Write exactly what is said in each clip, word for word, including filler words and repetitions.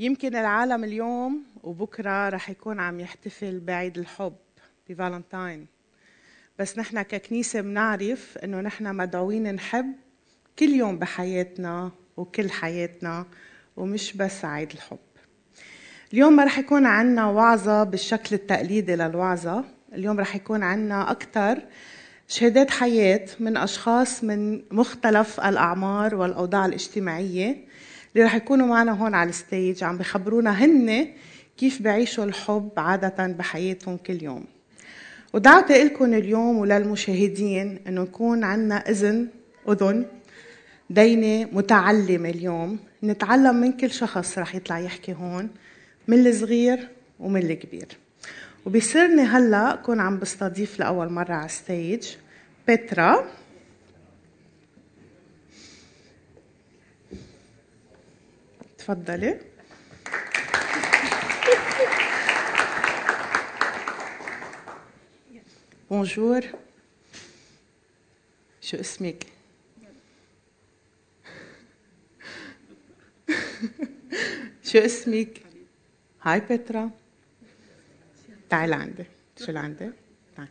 يمكن العالم اليوم وبكرة رح يكون عم يحتفل بعيد الحب بفالنتاين، بس نحن ككنيسة بنعرف إنه نحن مدعوين نحب كل يوم بحياتنا وكل حياتنا ومش بس عيد الحب. اليوم ما رح يكون عنا وعظة بالشكل التقليدي للوعظة، اليوم رح يكون عنا أكتر شهادات حياة من أشخاص من مختلف الأعمار والأوضاع الاجتماعية اللي رح يكونوا معنا هون على الستيج عم بخبرونا هن كيف بعيشوا الحب عادة بحياتهم كل يوم. ودعوتي لكم اليوم وللمشاهدين إنه يكون عنا إذن أذن دينة متعلمة اليوم، نتعلم من كل شخص رح يطلع يحكي هون، من الصغير ومن الكبير. وبيصيرني هلأ أكون عم بستضيف لأول مرة على ستيج بيترا. تفضلي. بونجور. شو اسمك؟ شو اسمك؟ هاي بيترا. تعي لعندي. شو لعندي؟ تعي.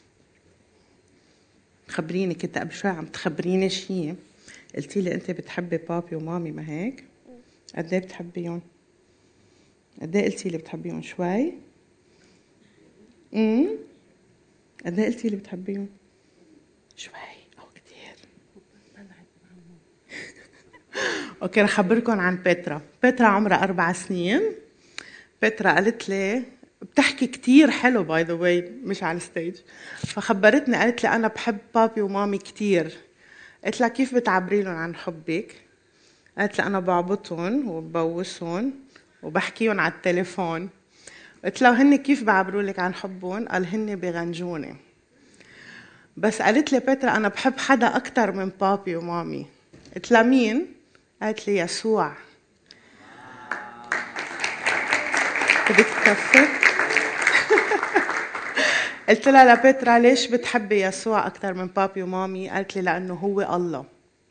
خبريني، كنت قبل شوي عم تخبريني شيء، قلتي لي انت بتحبي بابي ومامي، ما هيك؟ قد ايه بتحبيهم؟ قد ايه قلتي لي بتحبيهم؟ شوي؟ امم قد ايه قلتي لي بتحبيهم؟ شوي او كثير؟ اوكي، رح اخبركم عن بيترا. بيترا عمرها اربع سنين. بيترا قالت لي بتحكي كتير حلو باي ذا واي، مش على الستيج، فخبرتني قالت لي انا بحب بابي ومامي كتير. قلت لها كيف بتعبري لهم عن حبك؟ قالت لي انا بعبطهم وببوسهم وبحكيهم على التليفون. قلت لها هن كيف بعبروا لك عن حبهم؟ قال هن بغنجوني. بس قالت لي بيترا انا بحب حدا اكتر من بابي ومامي. قلت لها مين؟ قالت لي يسوع. بدك تكفي؟ قلت لها لبيترا ليش بتحبي يسوع اكتر من بابي ومامي؟ قالت لي لانه هو الله.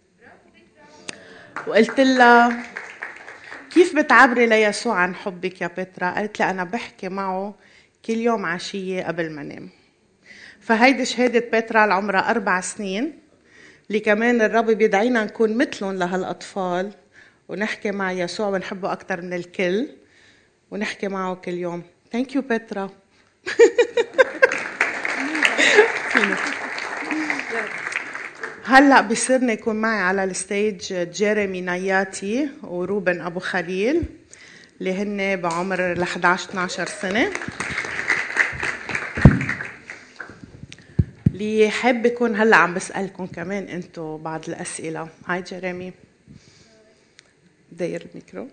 وقلت لها كيف بتعبري ليسوع عن حبك يا بيترا؟ قالت لي أنا بحكي معه كل يوم عشية قبل ما نام. فهيدي شهادة بيترا العمرها أربع سنين، اللي كمان الرب بيدعينا نكون مثلهم لهالأطفال ونحكي مع يسوع ونحبه أكتر من الكل ونحكي معه كل يوم. ثانك يو بيترا. هلا بيصيرني يكون معي على الستيج جيريمي نياتي وروبن ابو خليل اللي هن بعمر ل إحدى عشر اثني عشر سنه. اللي حابه يكون هلا عم بسالكم كمان انتم بعض الاسئله. هاي جيريمي، داير الميكرو.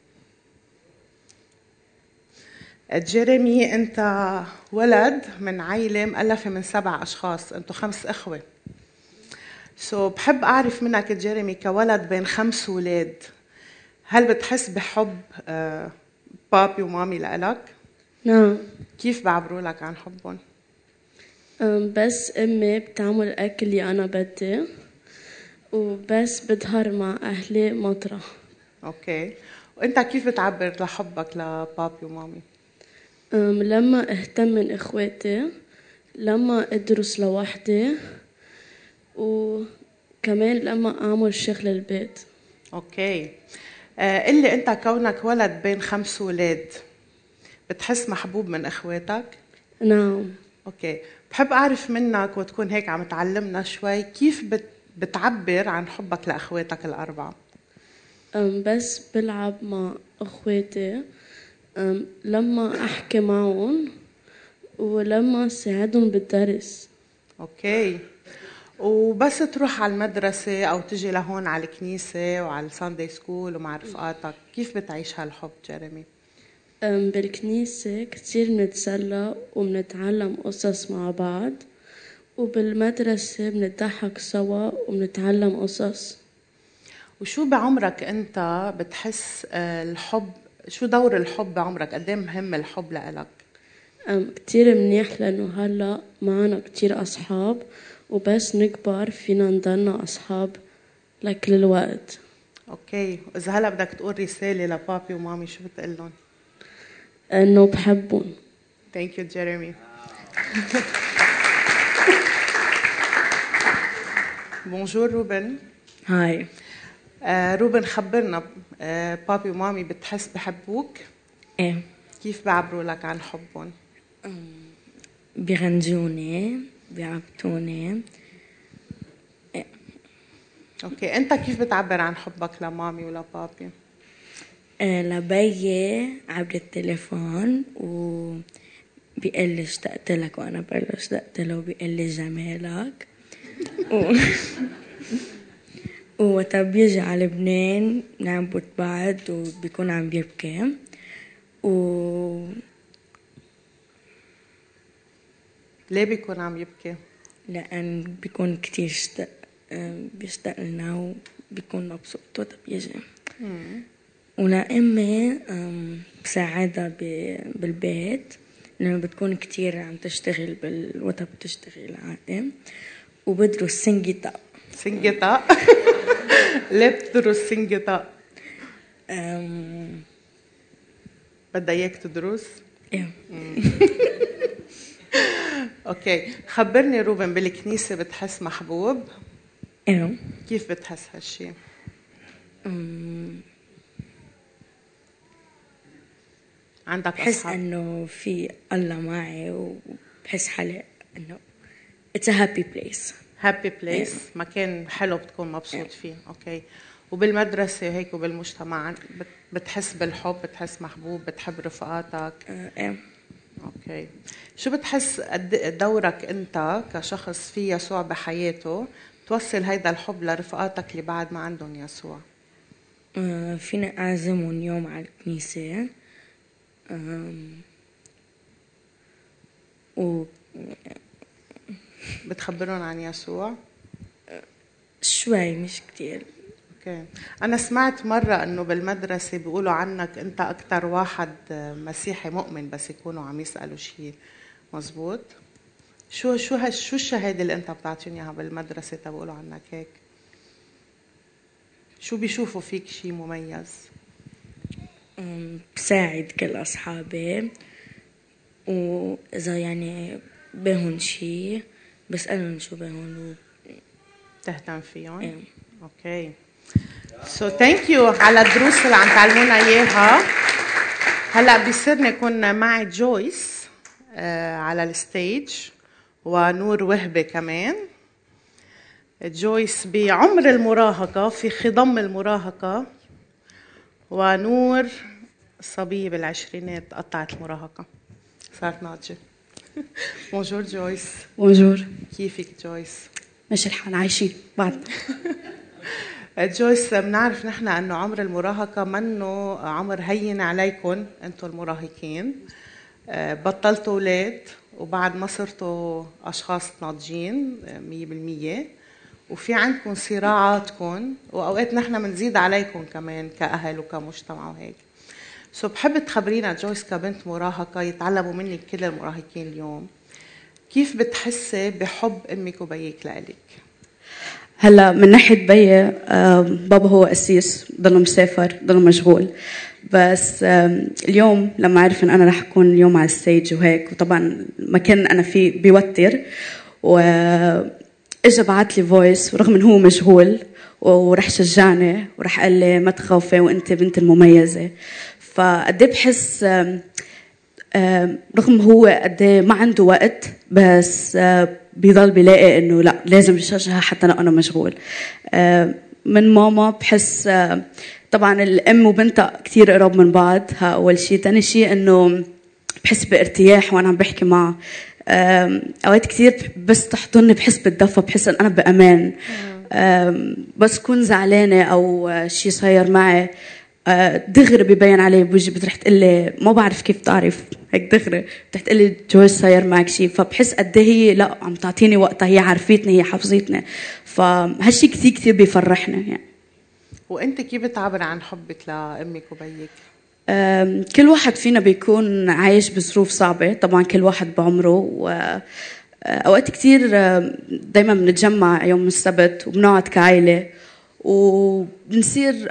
جيريمي انت ولد من عائله مؤلفه من سبع اشخاص، انتم خمس اخوه. سو so, بحب أعرف منك جيريمي كولد بين خمس ولاد، هل بتحس بحب آه بابي ومامي لإلك؟ نعم. كيف بعبروا لك عن حبهم؟ بس أمي بتعمل أكل اللي أنا بدي، وبس بظهر مع أهلي مطرح. أوكي، وأنت كيف بتعبر لحبك لبابي ومامي؟ لما أهتم من إخواتي، لما أدرس لوحدي، وكمان لما أعمل شغل البيت. أوكي، آه قلي أنت كونك ولد بين خمس ولاد بتحس محبوب من إخواتك؟ نعم. أوكي، بحب أعرف منك وتكون هيك عم تعلمنا شوي كيف بت بتعبر عن حبك لإخواتك الأربعة؟ بس بلعب مع إخواتي، لما أحكي معهم، ولما ساعدهم بالدرس. أوكي، وبس تروح على المدرسة أو تجي لهون على الكنيسة وعلى الساندي سكول ومع رفقاتك، كيف بتعيش هالحب جيريمي؟ بالكنيسة كتير بنتسلى وبنتعلم قصص مع بعض، وبالمدرسة بنضحك سوا وبنتعلم قصص. وشو بعمرك أنت بتحس الحب، شو دور الحب بعمرك؟ قد ايه مهم الحب لإلك؟ كتير منيح، لأنه هلأ معنا كتير أصحاب، وبس نكبر فينا نضلنا أصحاب لكل الوقت. اوكي، اذا هلا بدك تقول رساله لبابي ومامي شو بتقول لهم؟ انه بحبهم. ثانك يو جيريمي. بونجور روبن. هاي. آه روبن، خبرنا، آه بابي ومامي بتحس بحبوك؟ ايه. كيف بيعبروا لك عن حبهم؟ بيغنجوني، بيعبتوني. إيه. اوكي، انت كيف بتعبر عن حبك لمامي ولا بابي؟ آه لبيي عبر التليفون و بيقول لي اشتقت لك وانا بقول له اشتقت له وبيقول لي جمالك. و... ووقت بيجي على لبنان نعبد بعض وبيكون عم بيبكي و ليه بيكون عم يبكي؟ لأن بيكون كتير اشتق بيشتاق لنا وبيكون مبسوط وقت بيجي. ولأمي بساعدها بالبيت لأنه بتكون كتير عم تشتغل بالوقت بتشتغل عادي وبدرس سنجيتا. سنجيتا؟ ليه بتدرس سنجيتا؟ أم... بدها اياك تدرس؟ ايه. اوكي، خبرني روبن، بالكنيسة بتحس محبوب؟ ايه. كيف بتحس هالشي؟ أم... عندك بحس أصحاب؟ انه في الله معي وبحس حالي انه it's a happy place. happy place. مكان حلو بتكون مبسوط فيه. اوكي، وبالمدرسة هيك وبالمجتمع بتحس بالحب، بتحس محبوب، بتحب رفقاتك؟ ايه. اوكي، شو بتحس دورك انت كشخص في يسوع بحياته توصل هيدا الحب لرفقاتك اللي بعد ما عندهم يسوع؟ أه فينا اعزمهم يوم على الكنيسة و بتخبرون عن يسوع؟ شوي مش كتير. اوكي، انا سمعت مرة انه بالمدرسة بيقولوا عنك انت اكتر واحد مسيحي مؤمن بس يكونوا عم يسألوا شيء، مزبوط؟ شو شو هالش شو الشهادة اللي انت بتعطيهم اياها بالمدرسة تبقولوا عنك هيك؟ شو بيشوفوا فيك شيء مميز؟ بساعد كل أصحابي وإذا يعني بهن شيء بسألهم شو بهن و... تهتم فيهم؟ ايه. اوكي، سو ثانك يو على الدروس اللي عم تعلمونا اياها. هلا بيصيرني يكون معي جويس آه على الستيج ونور وهبه كمان. جويس بعمر المراهقه، في خضم المراهقه، ونور صبية بالعشرينات قطعت المراهقة صارت ناضجة. بونجور جويس. بونجور. كيفك جويس؟ ماشي الحال، عايشين بعد. جويس، بنعرف نحن انه عمر المراهقة منه عمر هين عليكم انتم المراهقين. بطلتوا اولاد وبعد ما صرتوا اشخاص ناضجين مية بالمية وفي عندكم صراعاتكم واوقات نحن بنزيد عليكم كمان كاهل وكمجتمع وهيك. سو بحب تخبرينا جويس كبنت مراهقه يتعلموا منك كل المراهقين اليوم، كيف بتحسي بحب امك وبيك لإلك؟ هلا من ناحيه بيي، بابا هو قسيس، ضله مسافر، ضله مشغول، بس اليوم لما عرف ان انا رح اكون اليوم على الستيج وهيك، وطبعا المكان انا فيه بيوتر، و اجى بعت لي فويس ورغم انه هو مشغول ورح شجعني ورح قال لي ما تخافي وانت بنت المميزه. فقد بحس رغم هو قد ما عنده وقت بس بيضل بيلاقي انه لا لازم يشجعها حتى لو انا مشغول. من ماما بحس طبعا الام وبنتها كثير قراب من بعض، ها اول شيء. ثاني شيء انه بحس بارتياح وانا عم بحكي معه. اوقات كثير بس تحضني بحس بالدفى، بحس ان انا بامان. بس كون زعلانه او شيء صاير معي دغري بيبين علي بوجهي، بترح تقول لي ما بعرف كيف تعرف هيك دغري، بترح تقول لي جويس صاير معك شيء. فبحس قد هي لا عم تعطيني وقتها، هي عرفتني، هي حفظتني، فهالشيء كثير كثير بيفرحني يعني. وانت كيف بتعبر عن حبك لامك وبيك؟ كل واحد فينا بيكون عايش بظروف صعبة، طبعا كل واحد بعمره، وأوقات كتير دايما بنتجمع يوم السبت وبنقعد كعائلة وبنصير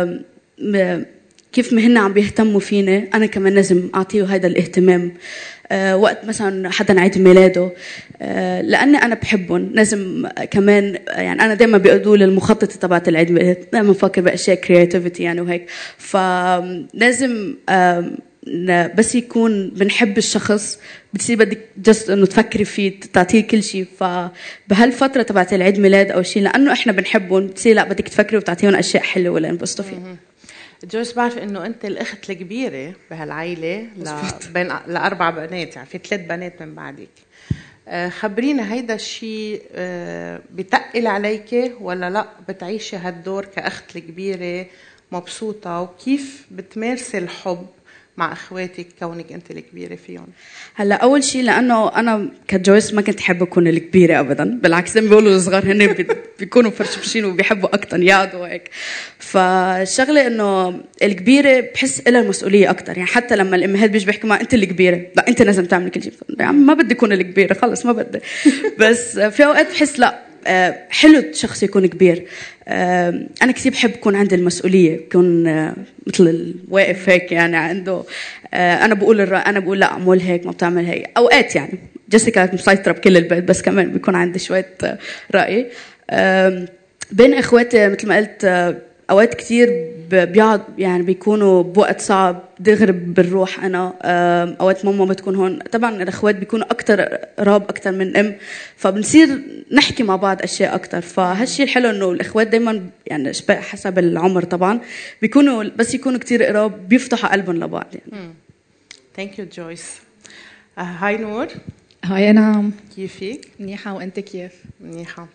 كيف ما هن عم بيهتموا فيني أنا كمان لازم أعطيه هذا الاهتمام. أه وقت مثلا حدا عيد ميلاده أه لأني أنا بحبهم لازم كمان يعني أنا دايما بيقولوا لي المخططة تبعت العيد ميلاد دايما بفكر بأشياء كرياتيفيتي يعني وهيك فلازم أه بس يكون بنحب الشخص بتصير بدك جست انه تفكري فيه تعطيه كل شيء. فبهالفتره تبعت العيد ميلاد او شيء لانه احنا بنحبهم بتصير لا بدك تفكري وتعطيهم اشياء حلوه لينبسطوا فيها. جويس بعرف انه انت الاخت الكبيره بهالعائله بين لاربع بنات يعني في ثلاث بنات من بعدك. خبرينا هيدا الشيء بتقل عليك ولا لا بتعيشي هالدور كاخت الكبيره مبسوطه وكيف بتمارسي الحب مع اخواتك كونك انت الكبيره فيهم؟ هلا اول شيء لانه انا كجويس ما كنت احب اكون الكبيره ابدا بالعكس زي ما بيقولوا الصغار هن بيكونوا فرشبشين وبيحبوا اكثر يقعدوا وهيك. فالشغله انه الكبيره بحس لها المسؤوليه اكثر يعني حتى لما الامهات بيجوا بيحكوا معها انت الكبيره لا انت لازم تعملي كل شيء يا عم ما بدي اكون الكبيره خلص ما بدي. بس في اوقات بحس لا حلو الشخص يكون كبير. أنا كثير بحب يكون عندي المسؤولية يكون مثل الواقف هيك يعني عنده أنا بقول الرأي أنا بقول لا أعمل هيك ما بتعمل هيك أوقات يعني جيسيكا مسيطرة بكل البيت بس كمان بيكون عندي شوية رأي. بين إخواتي مثل ما قلت أوقات كثير بيقعد يعني بيكونوا بوقت صعب دغرب بالروح أنا أوقات ماما بتكون هون طبعا الأخوات بيكونوا أكتر قراب أكتر من أم فبنصير نحكي مع بعض أشياء أكتر. فهالشيء الحلو إنه الأخوات دايما يعني حسب العمر طبعا بيكونوا بس يكونوا كتير قراب بيفتحوا قلبهم لبعض يعني. Thank you Joyce. هاي نور. هاي نعم. كيفك؟ منيحة وأنت كيف؟ منيحة.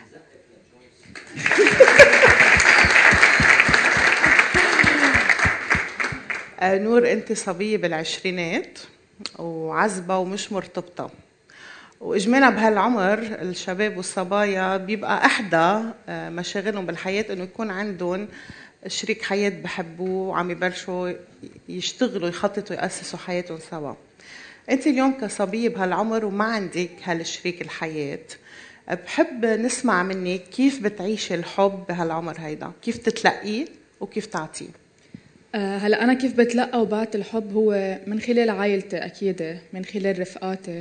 نور انت صبية بالعشرينات وعزبة ومش مرتبطة واجمالا بهالعمر الشباب والصبايا بيبقى احدى مشاغلهم بالحياة انه يكون عندهم شريك حياة بحبوه وعم يبلشوا يشتغلوا يخططوا يأسسوا حياتهم سوا. انت اليوم كصبية بهالعمر وما عندك هالشريك الحياة بحب نسمع منك كيف بتعيشي الحب بهالعمر هيدا كيف تتلقيه وكيف تعطيه. هلا أنا كيف بتلقى وبعت الحب هو من خلال عائلتي أكيد من خلال رفقاتي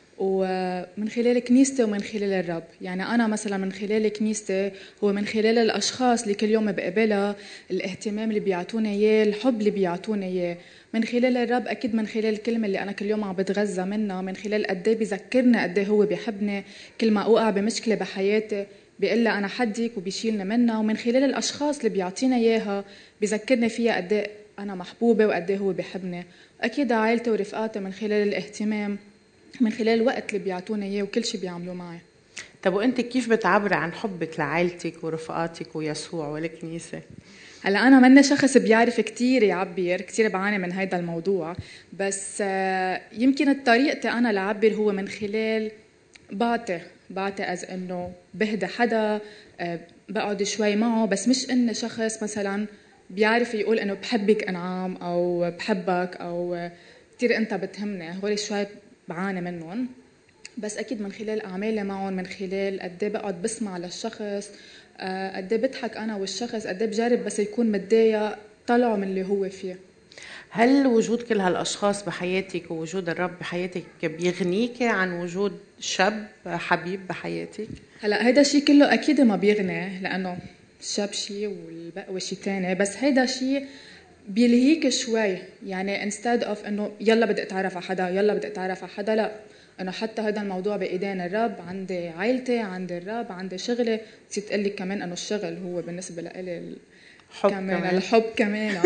ومن خلال كنيستي ومن خلال الرب. يعني أنا مثلا من خلال كنيستي هو من خلال الأشخاص اللي كل يوم بقابلها الاهتمام اللي بيعطوني إياه الحب اللي بيعطوني إياه. من خلال الرب أكيد من خلال الكلمة اللي أنا كل يوم عم بتغذى منها من خلال قد إيه بيذكرني قد إيه هو بيحبني كل ما أوقع بمشكلة بحياتي بيقول لي أنا حدك وبيشيلني منها. ومن خلال الأشخاص اللي بيعطينا إياها بيذكرني فيها قد إيه أنا محبوبة وقد إيه هو بيحبني. أكيد عائلتي ورفقاتي من خلال الاهتمام من خلال الوقت اللي بيعطونا إياه وكل شيء بيعملوا معي. طب وأنت كيف بتعبري عن حبك لعائلتك ورفقاتك ويسوع والكنيسة؟ هلا أنا مني شخص بيعرف كتير يعبر كتير بعاني من هيدا الموضوع بس يمكن طريقتي أنا لعبر هو من خلال بعطي بعطي أز إنه بهدى حدا بقعد شوي معه بس مش إني شخص مثلا بيعرف يقول إنه بحبك أنعام أو بحبك أو كتير أنت بتهمني. هول شوي بعاني منهم بس أكيد من خلال أعمالي معهم من خلال قد إيه بقعد بسمع للشخص قد إيه بضحك أنا والشخص قد إيه بجرب بس يكون متضايق طلعوا من اللي هو فيه. هل وجود كل هالأشخاص بحياتك ووجود الرب بحياتك بيغنيك عن وجود شاب حبيب بحياتك؟ هلا هيدا الشيء كله أكيد ما بيغني لأنه الشاب شيء والبقوة شيء تاني بس هيدا شيء بيلهيك شوي. يعني instead of إنه يلا بدي أتعرف على حدا يلا بدي أتعرف على حدا لا أنا حتى هذا الموضوع بإيدين الرب. عندي عائلتي عندي الرب عندي شغلي نسيت أقول لك كمان إنه الشغل هو بالنسبة لإلي حب كمان, كمان الحب كمان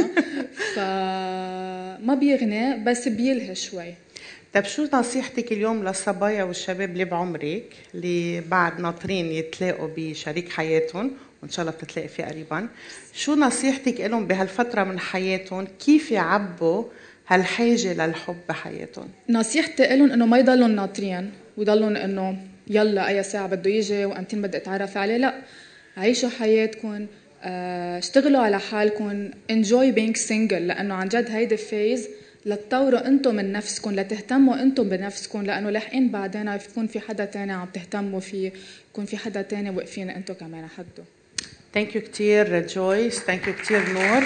فما بيغني بس بيلهي شوي. طب شو نصيحتك اليوم للصبايا والشباب اللي بعمرك اللي بعد ناطرين يتلاقوا بشريك حياتهم وإن شاء الله بتتلاقي فيه قريبا شو نصيحتك لهم بهالفترة من حياتهم كيف يعبوا هالحاجة للحب بحياتهم؟ نصيحتي لهم إنه ما يضلون ناطرين ويضلون إنه يلا أي ساعة بده يجي وأمتين بدي أتعرف عليه لا عيشوا حياتكم اشتغلوا على حالكم enjoy being single لأنه عن جد هيدا فيز لتطوروا أنتم من نفسكم لتهتموا أنتم بنفسكم لأنه لاحقين بعدين يكون في حدا تاني عم تهتموا فيه يكون في حدا تاني وقفين أنتم كمان حده. ثانك يو كثير جويس، ثانك يو كثير نور.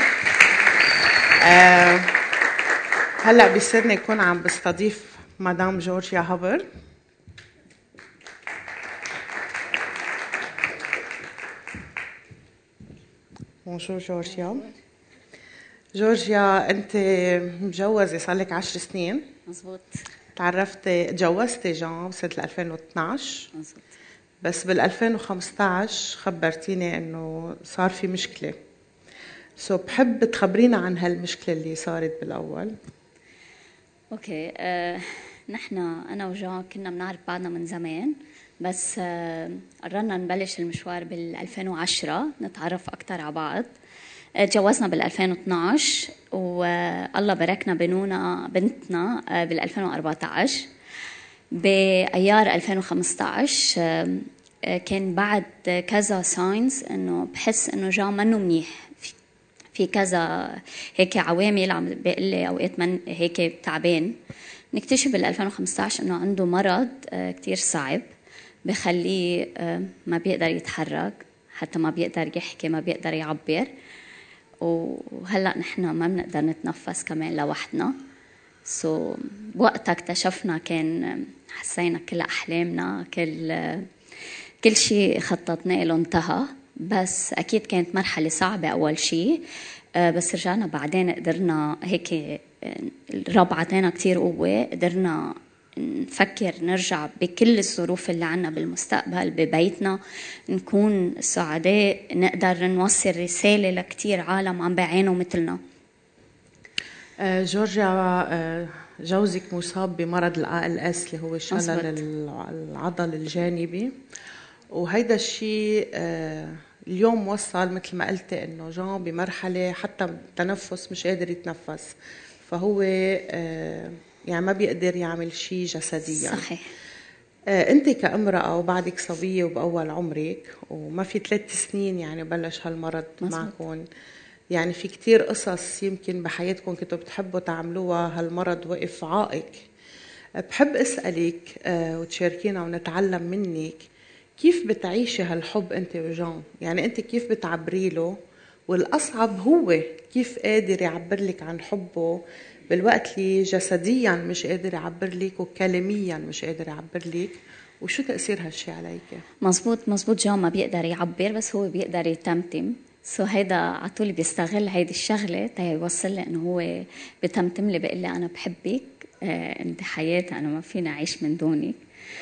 آه هلا بيصيرني يكون عم بستضيف مدام جورجيا هابر. بونجور جورجيا. جورجيا انت مجوزه صار لك عشر سنين. مزبوط. تعرفتي تجوزتي جان بسنه ألفين واثنعش. مزبوط. بس بال ألفين وخمسطعش خبرتيني انه صار في مشكله. سو so, بحب تخبرينا عن هالمشكله اللي صارت بالاول. اوكي آه، نحن انا وجان كنا بنعرف بعضنا من زمان، بس آه، قررنا نبلش المشوار بال ألفين وعشرة نتعرف اكثر على بعض. آه، تجوزنا بال ألفين واثنعش والله باركنا بنونا بنتنا آه، بال ألفين وأربعطعش. بايار ألفين وخمسطعش آه، آه، كان بعد كذا ساينز انه بحس انه جان منه منيح، في كذا هيك عوامل عم بيقول لي اوقات من هيك تعبان. نكتشف بال ألفين وخمسطعش انه عنده مرض كتير صعب بخليه ما بيقدر يتحرك، حتى ما بيقدر يحكي، ما بيقدر يعبر، وهلا نحن ما بنقدر نتنفس كمان لوحدنا. سو so, بوقتها اكتشفنا كان حسينا كل احلامنا كل كل شيء خططنا له انتهى. بس أكيد كانت مرحلة صعبة أول شيء، بس رجعنا بعدين قدرنا هيك الرب عطانا كتير قوة، قدرنا نفكر نرجع بكل الظروف اللي عنا بالمستقبل ببيتنا نكون سعداء، نقدر نوصل رسالة لكتير عالم عم بيعانوا مثلنا. جورجيا جوزك مصاب بمرض الآ إل إس اللي هو شلل العضل الجانبي، وهيدا الشيء اليوم وصل مثل ما قلتي انه جان بمرحله حتى التنفس مش قادر يتنفس، فهو يعني ما بيقدر يعمل شيء جسديا. صحيح. انت كامراه وبعدك صبيه وباول عمرك وما في ثلاث سنين يعني بلش هالمرض معكم، يعني في كتير قصص يمكن بحياتكم كنتوا بتحبوا تعملوها، هالمرض وقف عائق. بحب اسالك وتشاركينا ونتعلم منك كيف بتعيشي هالحب انت وجان، يعني انت كيف بتعبري له، والاصعب هو كيف قادر يعبر لك عن حبه بالوقت اللي جسديا مش قادر يعبر لك وكلاميا مش قادر يعبر لك، وشو تاثير هالشي عليك؟ مزبوط مزبوط. جان ما بيقدر يعبر بس هو بيقدر يتمتم، سو هيدا عطولي بيستغل هيدي الشغله تيوصل لي انه هو بتمتم لي، بيقول لي انا بحبك، آه انت حياتي، انا ما فيني اعيش من دونك.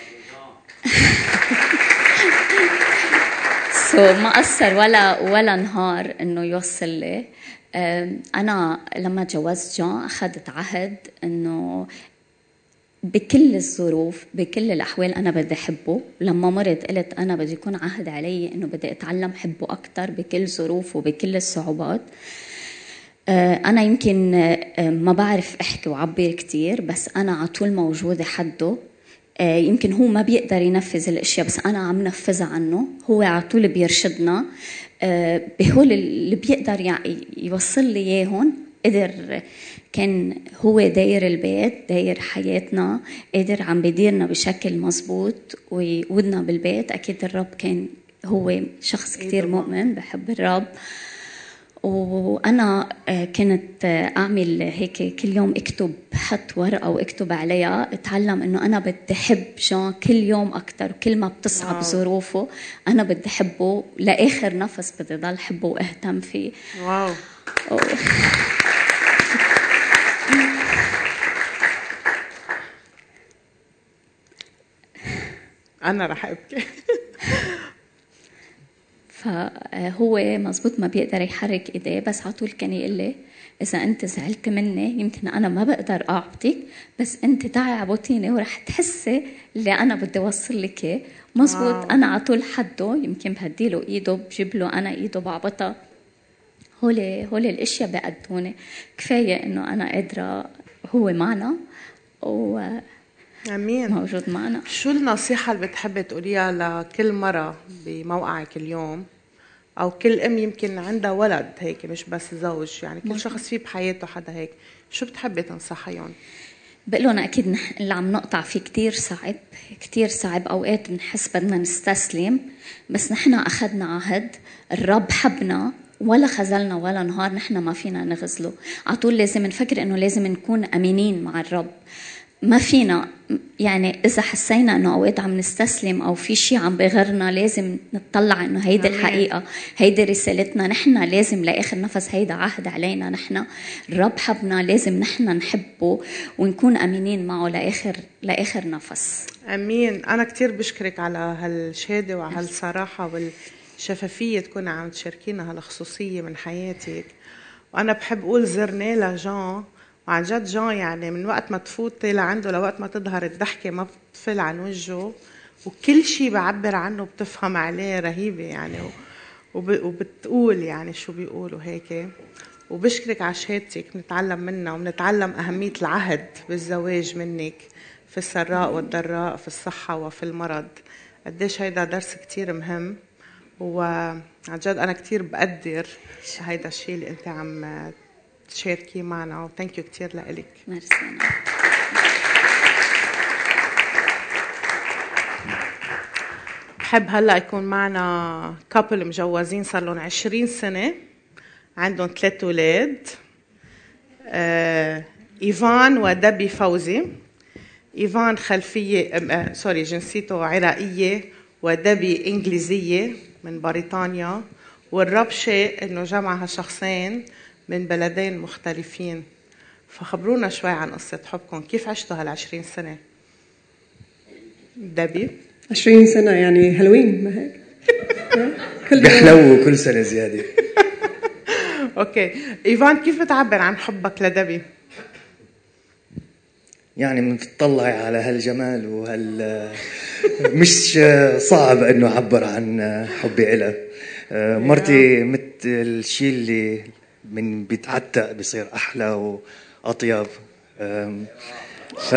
سو so, ما قصر ولا ولا نهار انه يوصل لي. انا لما تجوزت جان اخذت عهد انه بكل الظروف بكل الاحوال انا بدي احبه. لما مرض قلت انا بدي يكون عهد علي انه بدي اتعلم حبه اكثر بكل ظروف وبكل الصعوبات. انا يمكن ما بعرف احكي وعبر كتير، بس انا على طول موجوده حده. يمكن هو ما بيقدر ينفذ الاشياء بس انا عم نفذها عنه، هو على طول بيرشدنا بهول اللي بيقدر يوصل لي اياهم. قدر كان هو داير البيت، داير حياتنا، قادر عم بديرنا بشكل مزبوط ويودنا بالبيت. اكيد الرب كان هو شخص كتير مؤمن بحب الرب، وأنا كنت أعمل هيك كل يوم أكتب، حط ورقة وأكتب عليها، أتعلم إنه أنا بدي أحب جان كل يوم أكتر، وكل ما بتصعب واو. ظروفه أنا بدي أحبه لآخر نفس، بدي ضل أحبه وأهتم فيه. واو. أنا رح أبكي. فهو مزبوط ما بيقدر يحرك ايديه، بس عطول كان يقول لي اذا انت زعلت مني يمكن انا ما بقدر اعطيك، بس انت تعي عبطيني ورح تحسي اللي انا بدي اوصل لك. مزبوط. انا عطول حده، يمكن بهدي له ايده، بجيب له انا ايده بعبطها. هولي هولي الاشياء بقدوني كفايه انه انا قادره هو معنا و امين موجود معنا. شو النصيحه اللي بتحبي تقوليها لكل مره بموقعك اليوم، او كل ام يمكن عندها ولد هيك مش بس زوج، يعني كل شخص فيه بحياته حدا هيك، شو بتحبي تنصحيهم؟ بقول لهم أكيد نح... اللي عم نقطع فيه كتير صعب كتير صعب. أوقات بنحس بدنا نستسلم، بس نحن أخذنا عهد، الرب حبنا ولا خزلنا ولا نهار نحن ما فينا نغزله. عطول لازم نفكر إنه لازم نكون أمينين مع الرب. ما فينا يعني إذا حسينا إنه أوقات عم نستسلم أو في شيء عم بغرنا، لازم نطلع إنه هيدا الحقيقة، هيدا رسالتنا نحن، لازم لآخر نفس، هيدا عهد علينا نحن. الرب حبنا، لازم نحن نحبه ونكون أمينين معه لآخر لآخر نفس. أمين. أنا كتير بشكرك على هالشهادة وعلى هالصراحة والشفافية تكون عم تشاركينا هالخصوصية من حياتك. وأنا بحب أقول زرنا لجان، وعن جد جان يعني من وقت ما تفوتي لعنده لوقت ما تظهر الضحكة ما بتفل عن وجهه، وكل شيء بعبر عنه بتفهم عليه رهيبة يعني، وبتقول يعني شو بيقولوا هيك. وبشكرك على شهادتك، بنتعلم منها وبنتعلم أهمية العهد بالزواج منك في السراء والضراء، في الصحة وفي المرض. قديش هيدا درس كتير مهم، وعن جد أنا كتير بقدر هيدا الشيء اللي أنت عم تشاركي معنا، وثانك يو كتير لإلك. ميرسي. بحب هلا يكون معنا كابل مجوزين صار لهم عشرين سنة، عندهم ثلاث أولاد، آه إيفان ودبي فوزي. إيفان خلفية آه سوري جنسيته عراقية، ودبي إنجليزية من بريطانيا. والرب شاء إنه جمع هالشخصين من بلدين مختلفين. فخبرونا شوي عن قصة حبكم، كيف عشتوا هالعشرين سنة؟ دبي عشرين سنة يعني حلوين، ما هيك؟ بيحلو كل سنة زيادة. أوكي، إيفان كيف بتعبر عن حبك لدبي؟ يعني من تطلعي على هالجمال وهال مش صعب إنه أعبر عن حبي إلها. مرتي مثل الشيء اللي من بيتعتق بيصير أحلى وأطيب. ف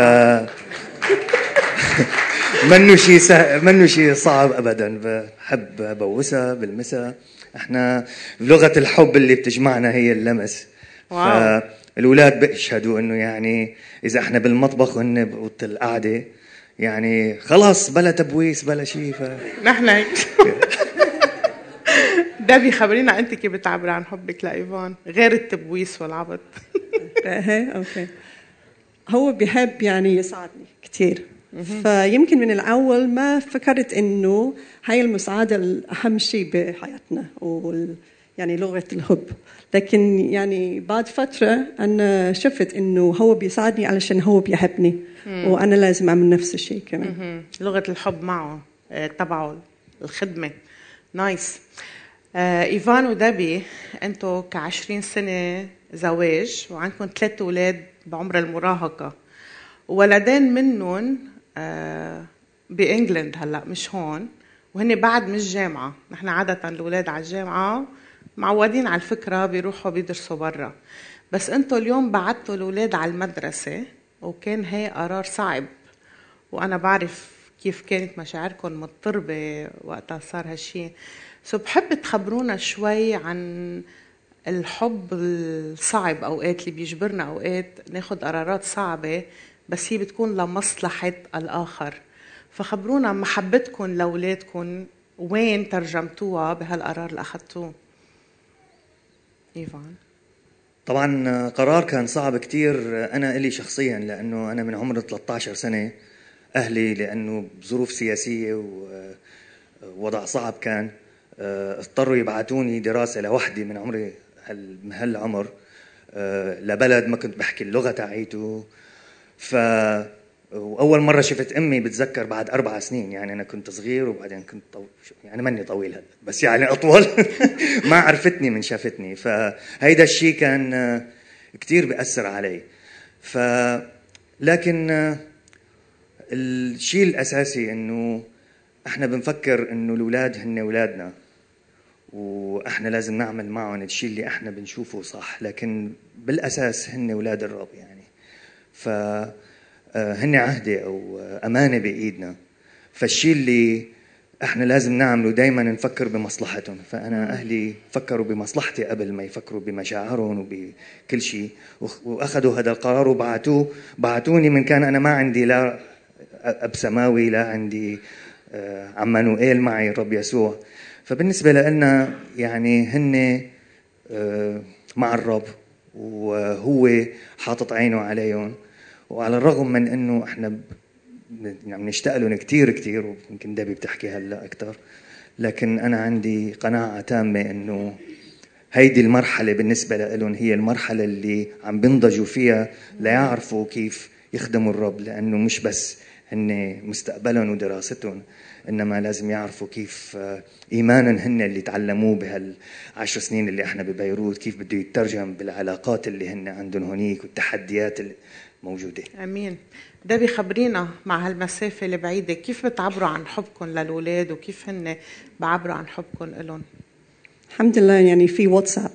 منو شيء سه... منو شيء صعب ابدا. بحب بوسها بالمسا. احنا لغه الحب اللي بتجمعنا هي اللمس. واو. فالأولاد بيشهدوا انه يعني اذا احنا بالمطبخ وهن بوقت القعده يعني خلاص بلا تبويس بلا شيء. ف... نحن هيك. دبي خبرينا انت كيف بتعبر عن حبك لايفان غير التبويس والعبط. ايه اوكي. هو بيحب يعني يساعدني كتير، فيمكن من الأول ما فكرت إنه هاي المساعدة الأهم شيء بحياتنا وال يعني لغة الحب. لكن يعني بعد فترة أنا شفت إنه هو بيساعدني علشان هو بيحبني، وأنا لازم أعمل نفس الشيء كمان. لغة الحب معه تبعه الخدمة. نايس. آه إيفان ودبي أنتوا كعشرين سنة زواج وعندكم ثلاث أولاد بعمر المراهقة، وولدين منهم آه بإنجلند هلأ مش هون، وهن بعد مش جامعة. نحن عادة الأولاد على الجامعة معودين على الفكرة بيروحوا بيدرسوا برا، بس أنتوا اليوم بعدتوا الأولاد على المدرسة، وكان هي قرار صعب. وأنا بعرف كيف كانت مشاعركم مضطربة وقتها صار هالشي. سو بحب تخبرونا شوي عن الحب الصعب أوقات اللي بيجبرنا أوقات ناخد قرارات صعبة بس هي بتكون لمصلحة الآخر. فخبرونا محبتكم لأولادكم وين ترجمتوها بهالقرار اللي أخذتوه. إيفان. طبعا قرار كان صعب كتير أنا إلي شخصيا، لأنه أنا من عمر ثلاثة عشر سنة أهلي لأنه بظروف سياسية ووضع صعب كان اضطروا يبعتوني دراسة لوحدي من عمري هالعمر لبلد ما كنت بحكي اللغة تاعيته. ف وأول مرة شفت أمي بتذكر بعد أربع سنين، يعني أنا كنت صغير وبعدين كنت طو... يعني مني طويل هلا بس يعني أطول. ما عرفتني من شافتني، فهيدا الشيء كان كتير بيأثر علي. ف لكن الشيء الأساسي إنه إحنا بنفكر إنه الأولاد هن أولادنا وإحنا لازم نعمل معهم الشيء اللي إحنا بنشوفه صح، لكن بالأساس هن أولاد الرب يعني. ف هن عهدة أو أمانة بإيدنا. فالشيء اللي احنا لازم نعمله دايما نفكر بمصلحتهم. فانا اهلي فكروا بمصلحتي قبل ما يفكروا بمشاعرهم وبكل شيء، واخذوا هذا القرار وبعتوه بعتوني من كان انا ما عندي لا اب سماوي، لا عندي عمانوئيل معي الرب يسوع. فبالنسبه لنا يعني هن مع الرب وهو حاطط عينه عليهم، وعلى الرغم من انه احنا يعني نشتاق لهم كثير كثير، ويمكن دبي بتحكي هلا اكثر، لكن انا عندي قناعه تامه انه هيدي المرحله بالنسبه لهم هي المرحله اللي عم بينضجوا فيها ليعرفوا كيف يخدموا الرب، لانه مش بس هن مستقبلهم ودراستهم، انما لازم يعرفوا كيف ايمانهم هن اللي تعلموه بهالعشر سنين اللي احنا ببيروت كيف بده يترجم بالعلاقات اللي هن عندهم هونيك والتحديات الموجوده. امين. ده بيخبرينا مع هالمسافه البعيده كيف بتعبروا عن حبكم للاولاد وكيف هن بعبروا عن حبكم لهم. الحمد لله يعني في واتساب،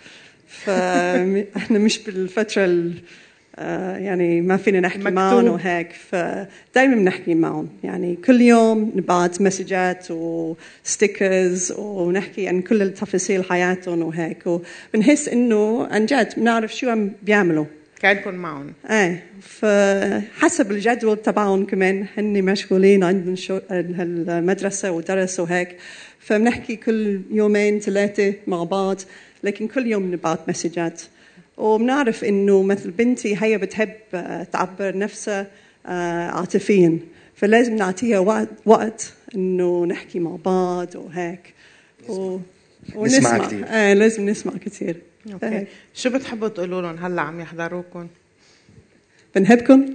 فاحنا مش بالفتره يعني ما فينا نحكي معهم وهيك، فدائما بنحكي معهم يعني كل يوم نبعت مسجات وستيكرز ونحكي عن كل التفاصيل حياتهم وهيك، وبنحس انه عن جد بنعرف شو عم بيعملوا كانكم معهم. ايه فحسب الجدول تبعهم كمان هن مشغولين عندهم شو المدرسه ودرس وهيك، فبنحكي كل يومين ثلاثه مع بعض، لكن كل يوم نبعت مسجات. وبنعرف انه مثل بنتي هي بتحب تعبر نفسها عاطفيا، فلازم نعطيها وقت, وقت انه نحكي مع بعض وهيك و... ونسمع كثير. آه لازم نسمع كثير. اوكي. شو بتحبوا تقولوا لهم هلا عم يحضروكم؟ بنحبكم.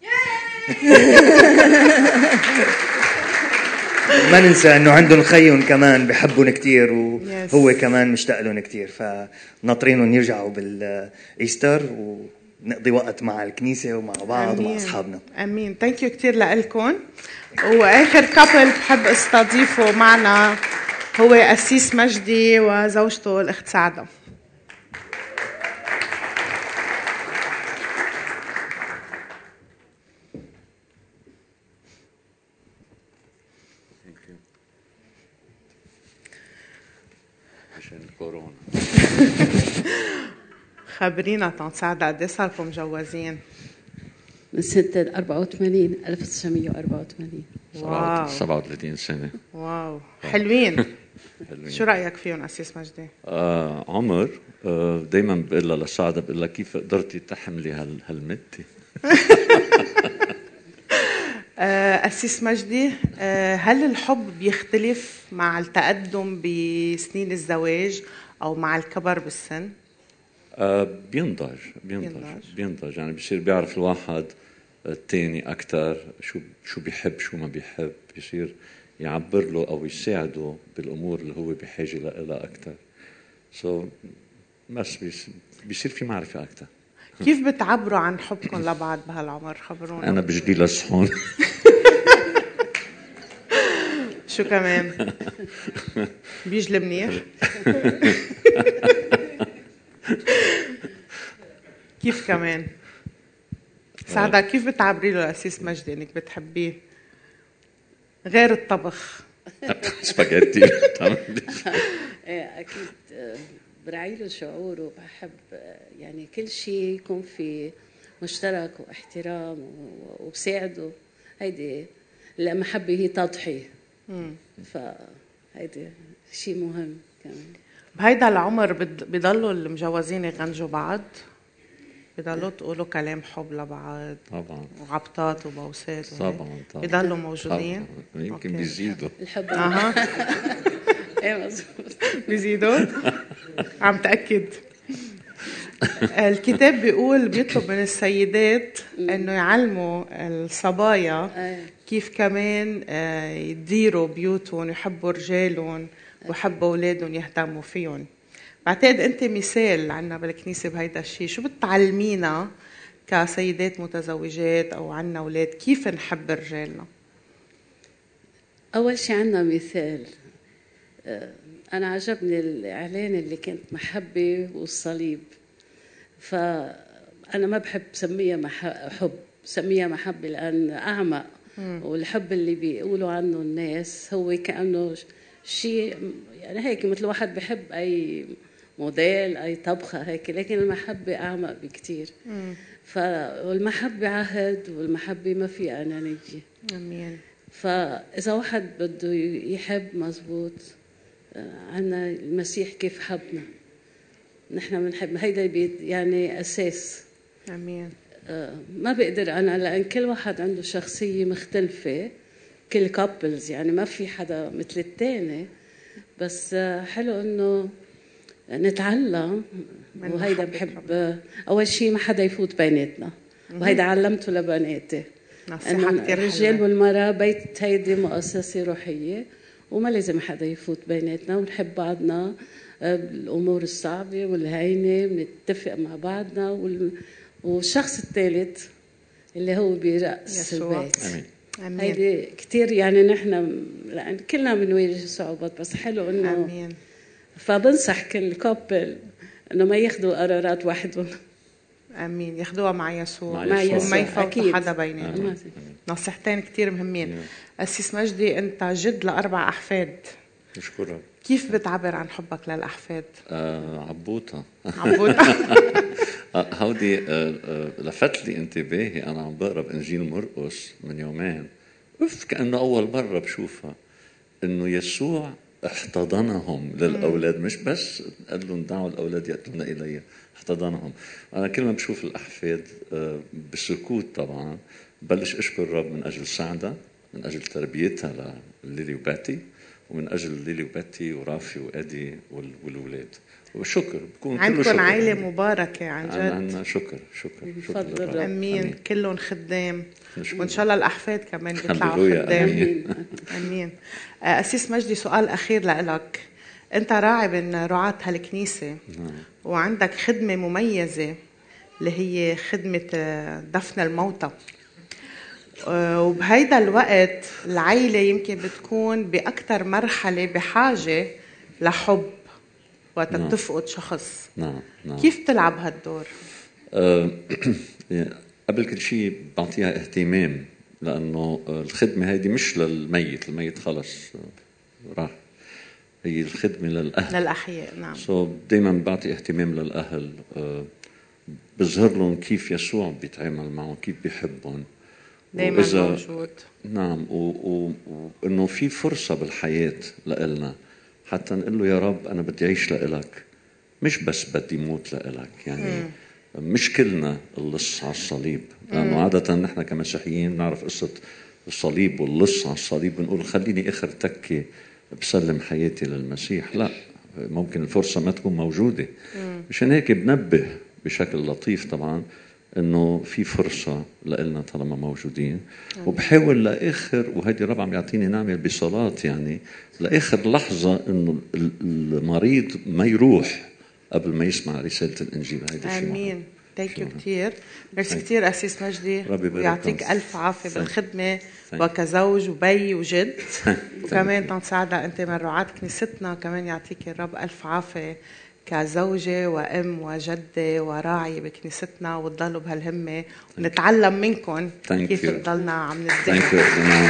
ما ننسى انه عندهم خيهم كمان بحبون كتير، وهو كمان مشتاق لهم كتير، فناطرينهم يرجعوا بالايستر ونقضي وقت مع الكنيسه ومع بعض ومع اصحابنا. امين. ثانك يو كثير لكم. واخر كابل بحب استضيفه معنا هو قسيس مجدي وزوجته الاخت سعده. كورونا. خبرينا طن سعد قد ايه صار لكم مجوزين؟ من سنة أربعة وثمانين ألف وتسعمية وأربعة وثمانين. واو. سبعة وثلاثين سنة. واو حلوين. شو رأيك فيهم أسيس مجدي؟ آه عمر آه دايما بقول لها لسعدة بقول لها كيف قدرتي تحملي هال هالمدة؟ أسيس مجدي، هل الحب بيختلف مع التقدم بسنين الزواج أو مع الكبر بالسن؟ آه بينضج بينضج بينضج يعني بيصير بيعرف الواحد الثاني أكثر شو شو بيحب شو ما بيحب، بيصير يعبر له أو يساعده بالأمور اللي هو بحاجة لها أكثر. سو بس بيصير في معرفة أكثر. كيف بتعبروا عن حبكم لبعض بهالعمر؟ خبرونا. أنا بجدي للصحون. شو كمان؟ بيجلب منيح؟ كيف كمان؟ سعدة كيف بتعبري له الأسيس مجدي إنك بتحبيه؟ غير الطبخ. سباجيتي. أكيد برعي له شعوره وبحب يعني كل شيء يكون في مشترك واحترام وبساعده. هيدي المحبة هي تضحية، فهيدي شيء مهم كمان. بهيدا العمر بيضلوا المجوزين يغنجوا بعض؟ بيضلوا تقولوا كلام حب لبعض؟ طبعا. وعبطات وبوسات؟ طبعا طبعا. بيضلوا موجودين؟ طبعا. يمكن بيزيدوا. الحب. اها. ايه مظبوط. بيزيدوا؟ عم تأكد. الكتاب بيقول بيطلب من السيدات انه يعلموا الصبايا كيف كمان يديروا بيوتهم ويحبوا رجالهم ويحبوا اولادهم يهتموا فيهم. بعتقد انت مثال عنا بالكنيسه بهيدا الشيء. شو بتعلمينا كسيدات متزوجات او عنا اولاد كيف نحب رجالنا؟ اول شيء عنا مثال. انا عجبني الاعلان اللي كانت محبه والصليب، فانا ما بحب سميها حب، سميها محبه لان اعمق والحب اللي بيقولوا عنه الناس هو كأنه شيء يعني هيك مثل واحد بحب أي موديل أي طبخة هيك، لكن المحبة أعمق بكتير. فالمحبة عهد، والمحبة ما في أنانية. امين. فإذا واحد بده يحب مزبوط، عنا المسيح كيف حبنا، نحن بنحب، هيدا يعني أساس. امين. ما بقدر أنا، لأن كل واحد عنده شخصية مختلفة، كل كابلز يعني ما في حدا مثل التاني، بس حلو إنه نتعلم. وهيدا بحب أول شيء ما حدا يفوت بيناتنا، وهيدا علمته لبناتي، إنه الرجال والمرأة بيت هيدي مؤسسة روحية، وما لازم حدا يفوت بيناتنا، ونحب بعضنا بالأمور الصعبة والهينة، بنتفق مع بعضنا. وال... والشخص الثالث اللي هو برأس البيت. أمين. هيدي كتير يعني نحن لأن كلنا بنواجه صعوبات، بس حلو إنه أمين. فبنصح كل كابل إنه ما ياخدوا قرارات وحدهم. امين. ياخدوها مع يسوع، مع يسوع وما يفوتوا حدا بيناتهم. نصيحتين كتير مهمين. أسيس مجدي، انت جد لاربع احفاد، نشكرك. كيف بتعبر عن حبك للاحفاد؟ آه عبوطه عبوطه. هودي آه آه لفت لي انتباهي، انا عم بقرا بانجيل مرقس من يومين، اف كانه اول مره بشوفها، انه يسوع احتضنهم للاولاد، مش بس قال لهم دعوا الاولاد ياتون الي، احتضنهم. انا كل ما بشوف الاحفاد بسكوت طبعا بلش اشكر الرب من اجل سعده، من اجل تربيتها لليلي وباتي، ومن اجل ليلي وباتي ورافي وادي والولاد. وشكر بكون كله شكر. عندكم عائله مباركه عن جد. عندنا شكر شكر بفضل الرب. امين. كلهم خدام، وان شاء الله الاحفاد كمان بيطلعوا خدام. امين. امين. أسيس مجدي، سؤال اخير لك. انت راعي من رعاة هالكنيسه، وعندك خدمه مميزه اللي هي خدمه دفن الموتى، وبهيدا الوقت العائله يمكن بتكون باكثر مرحله بحاجه لحب وقت نعم. تفقد شخص. نعم. نعم. كيف تلعب هالدور؟ أه قبل كل شيء بعطيها اهتمام، لانه الخدمه هذه مش للميت، الميت خلص راح، هي الخدمه للاهل للاحياء. نعم. سو so دائما بعطي اهتمام للاهل، أه بظهر لهم كيف يسوع بيتعامل معهم، كيف بيحبهم دائما موجود. نعم. وانه في فرصه بالحياه لنا حتى نقول له يا رب انا بدي اعيش لإلك، مش بس بدي موت لإلك. يعني مم. مش كلنا اللص على الصليب، لانه عاده نحن كمسيحيين نعرف قصه الصليب واللص على الصليب، بنقول خليني اخر تكه بسلم حياتي للمسيح. لا، ممكن الفرصه ما تكون موجوده. مم. مشان هيك بنبه بشكل لطيف طبعا انه في فرصه لنا طالما موجودين. مم. وبحاول لاخر، وهيدي الرب عم يعطيني نعمه بصلاه، يعني لاخر لحظه انه المريض ما يروح قبل ما يسمع رساله الانجيل. هيدا الشيء امين. ثانك يو كثير. ميرسي كثير أسيس مجدي، ويعطيك الف عافيه بالخدمه وكزوج وبي وجد. وكمان تنساعدها انت من رعاة كنيستنا، كمان يعطيك الرب الف عافيه كزوجة وأم وجدة وراعية بكنيستنا، وتضلوا بهالهمة ونتعلم منكم كيف تضلنا عم نزدهر.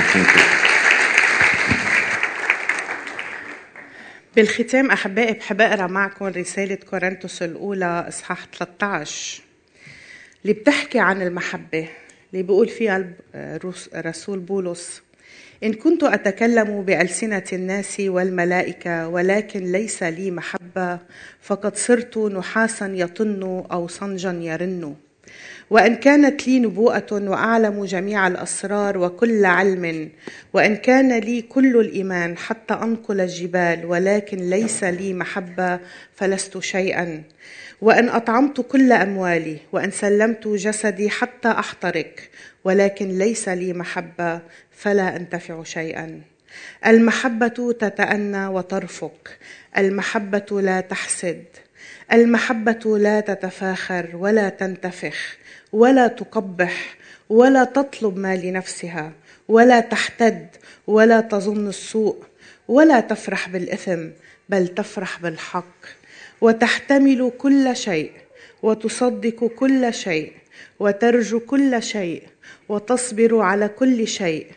بالختام أحبائي بحب أقرأ معكم رسالة كورنثوس الأولى إصحاح ثلاثة عشر اللي بتحكي عن المحبة، اللي بيقول فيها الرسول بولس: إن كنت أتكلم بألسنة الناس والملائكة ولكن ليس لي محبة، فقد صرت نحاسا يطن أو صنجا يرن. وإن كانت لي نبوءة وأعلم جميع الأسرار وكل علم، وإن كان لي كل الإيمان حتى أنقل الجبال، ولكن ليس لي محبة فلست شيئا. وإن أطعمت كل أموالي، وإن سلمت جسدي حتى أحترق، ولكن ليس لي محبة فلا أنتفع شيئا. المحبة تتأنى وترفق، المحبة لا تحسد، المحبة لا تتفاخر ولا تنتفخ ولا تقبح ولا تطلب ما لنفسها ولا تحتد ولا تظن السوء ولا تفرح بالإثم، بل تفرح بالحق، وتحتمل كل شيء وتصدق كل شيء وترجو كل شيء وتصبر على كل شيء.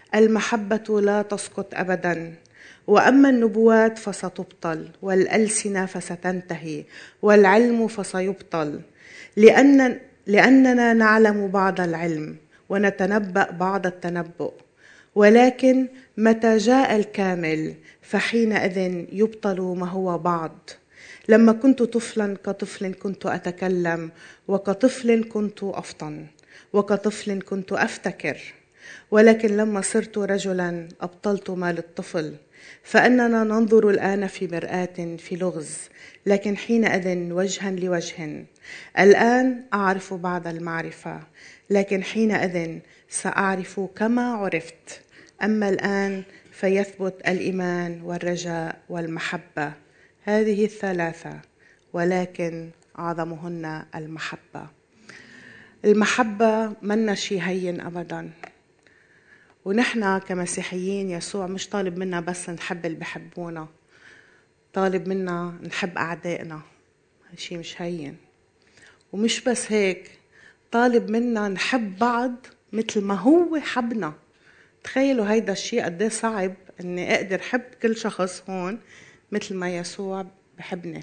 المحبة لا تسقط أبدا. وأما النبوات فستبطل، والألسنة فستنتهي، والعلم فسيبطل، لأن لأننا نعلم بعض العلم ونتنبأ بعض التنبؤ. ولكن متى جاء الكامل فحينئذ يبطل ما هو بعض. لما كنت طفلا كطفل كنت أتكلم، وكطفل كنت أفطن، وكطفل كنت أفتكر. ولكن لما صرت رجلا أبطلت ما للطفل. فأننا ننظر الآن في مرآة في لغز، لكن حينئذ وجها لوجه. الآن أعرف بعض المعرفة، لكن حينئذ سأعرف كما عرفت. أما الآن فيثبت الإيمان والرجاء والمحبة، هذه الثلاثة، ولكن أعظمهن المحبة. المحبة منا شيء هين أبدا. ونحن كمسيحيين يسوع مش طالب منا بس نحب اللي بحبونا، طالب منا نحب أعدائنا. هالشي مش هين. ومش بس هيك، طالب منا نحب بعض مثل ما هو حبنا. تخيلوا هيدا الشيء قديه صعب، اني اقدر حب كل شخص هون مثل ما يسوع بحبني.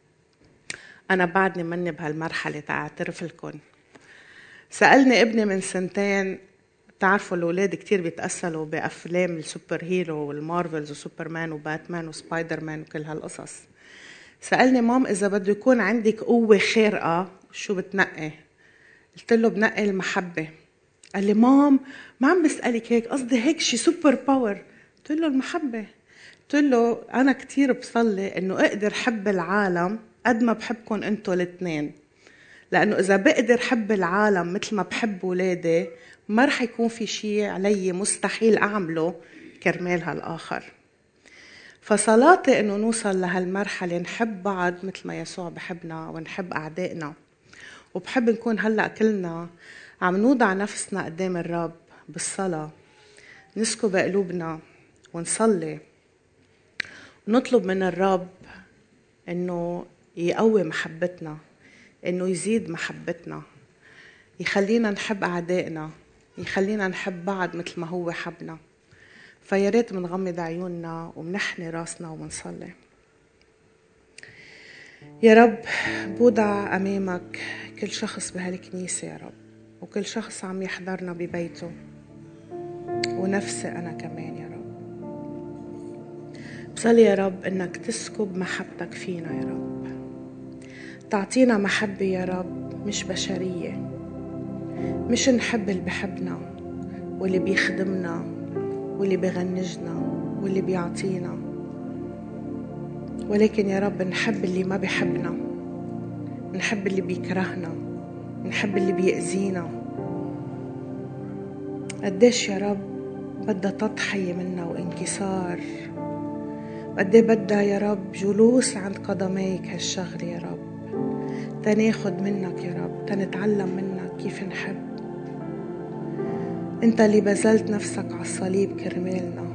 انا بعدني مني بهالمرحله تعترف لكم. سألني ابني من سنتين، تعرفوا الأولاد كتير بيتأثلوا بأفلام السوبر هيرو والمارفلز وسوبرمان وباتمان وسبايدر مان وكل هالقصص. سألني مام إذا بده يكون عندك قوة خارقة شو بتنقي؟ قلت له بنقي المحبة. قال لي مام ما عم بسألك هيك، قصدي هيك شي سوبر باور. قلت له المحبة. قلت له أنا كتير بصلي إنه أقدر حب العالم قد ما بحبكم أنتوا الاثنين، لأنه إذا بقدر حب العالم مثل ما بحب ولادي ما رح يكون في شيء علي مستحيل أعمله كرمال هالآخر. فصلاتي إنه نوصل لهالمرحلة نحب بعض مثل ما يسوع بحبنا ونحب أعدائنا. وبحب نكون هلأ كلنا عم نوضع نفسنا قدام الرب بالصلاة، نسكب قلوبنا ونصلي ونطلب من الرب إنه يقوي محبتنا، إنه يزيد محبتنا، يخلينا نحب أعدائنا، يخلينا نحب بعض مثل ما هو حبنا. فياريت منغمض عيوننا ومنحني راسنا ومنصلي. يا رب بوضع أمامك كل شخص بهالكنيسة يا رب، وكل شخص عم يحضرنا ببيته، ونفسي أنا كمان يا رب. بصلي يا رب إنك تسكب محبتك فينا يا رب، تعطينا محبة يا رب مش بشرية، مش نحب اللي بحبنا واللي بيخدمنا واللي بيغنجنا واللي بيعطينا، ولكن يا رب نحب اللي ما بيحبنا، نحب اللي بيكرهنا، نحب اللي بيأذينا. قديش يا رب بدها تضحية منا وانكسار، قديه بدها يا رب جلوس عند قدميك هالشغلة يا رب، تناخد منك يا رب، تنتعلم منك كيف نحب. انت اللي بذلت نفسك على الصليب كرمالنا،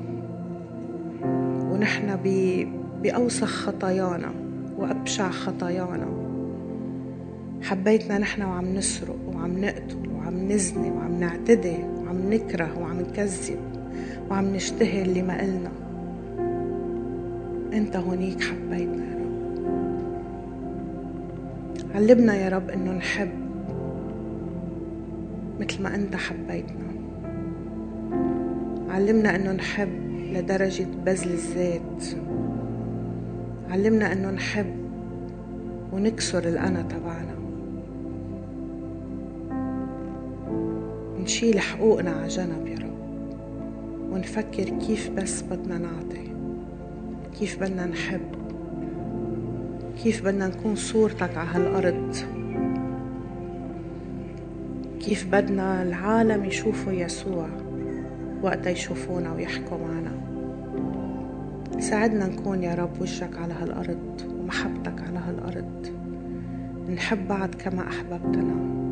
ونحن بأوسخ خطايانا وأبشع خطايانا حبيتنا نحن وعم نسرق وعم نقتل وعم نزني وعم نعتدي وعم نكره وعم نكذب وعم نشتهي اللي ما قلنا. انت هونيك حبيتنا يا رب. علمنا يا رب انه نحب مثل ما انت حبيتنا. علمنا انه نحب لدرجة بذل الذات. علمنا انه نحب ونكسر الأنا تبعنا، نشيل حقوقنا على جنب يا رب، ونفكر كيف بس بدنا نعطي، كيف بدنا نحب، كيف بدنا نكون صورتك على هالأرض، كيف بدنا العالم يشوفوا يسوع وقت يشوفونا ويحكوا معنا. ساعدنا نكون يا رب وجهك على هالأرض ومحبتك على هالأرض، نحب بعض كما أحببتنا،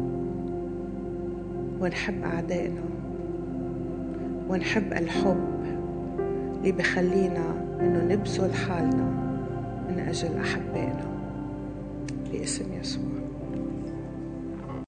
ونحب أعدائنا، ونحب الحب اللي بخلينا إنه نبذل حالنا من أجل أحبائنا باسم يسوع.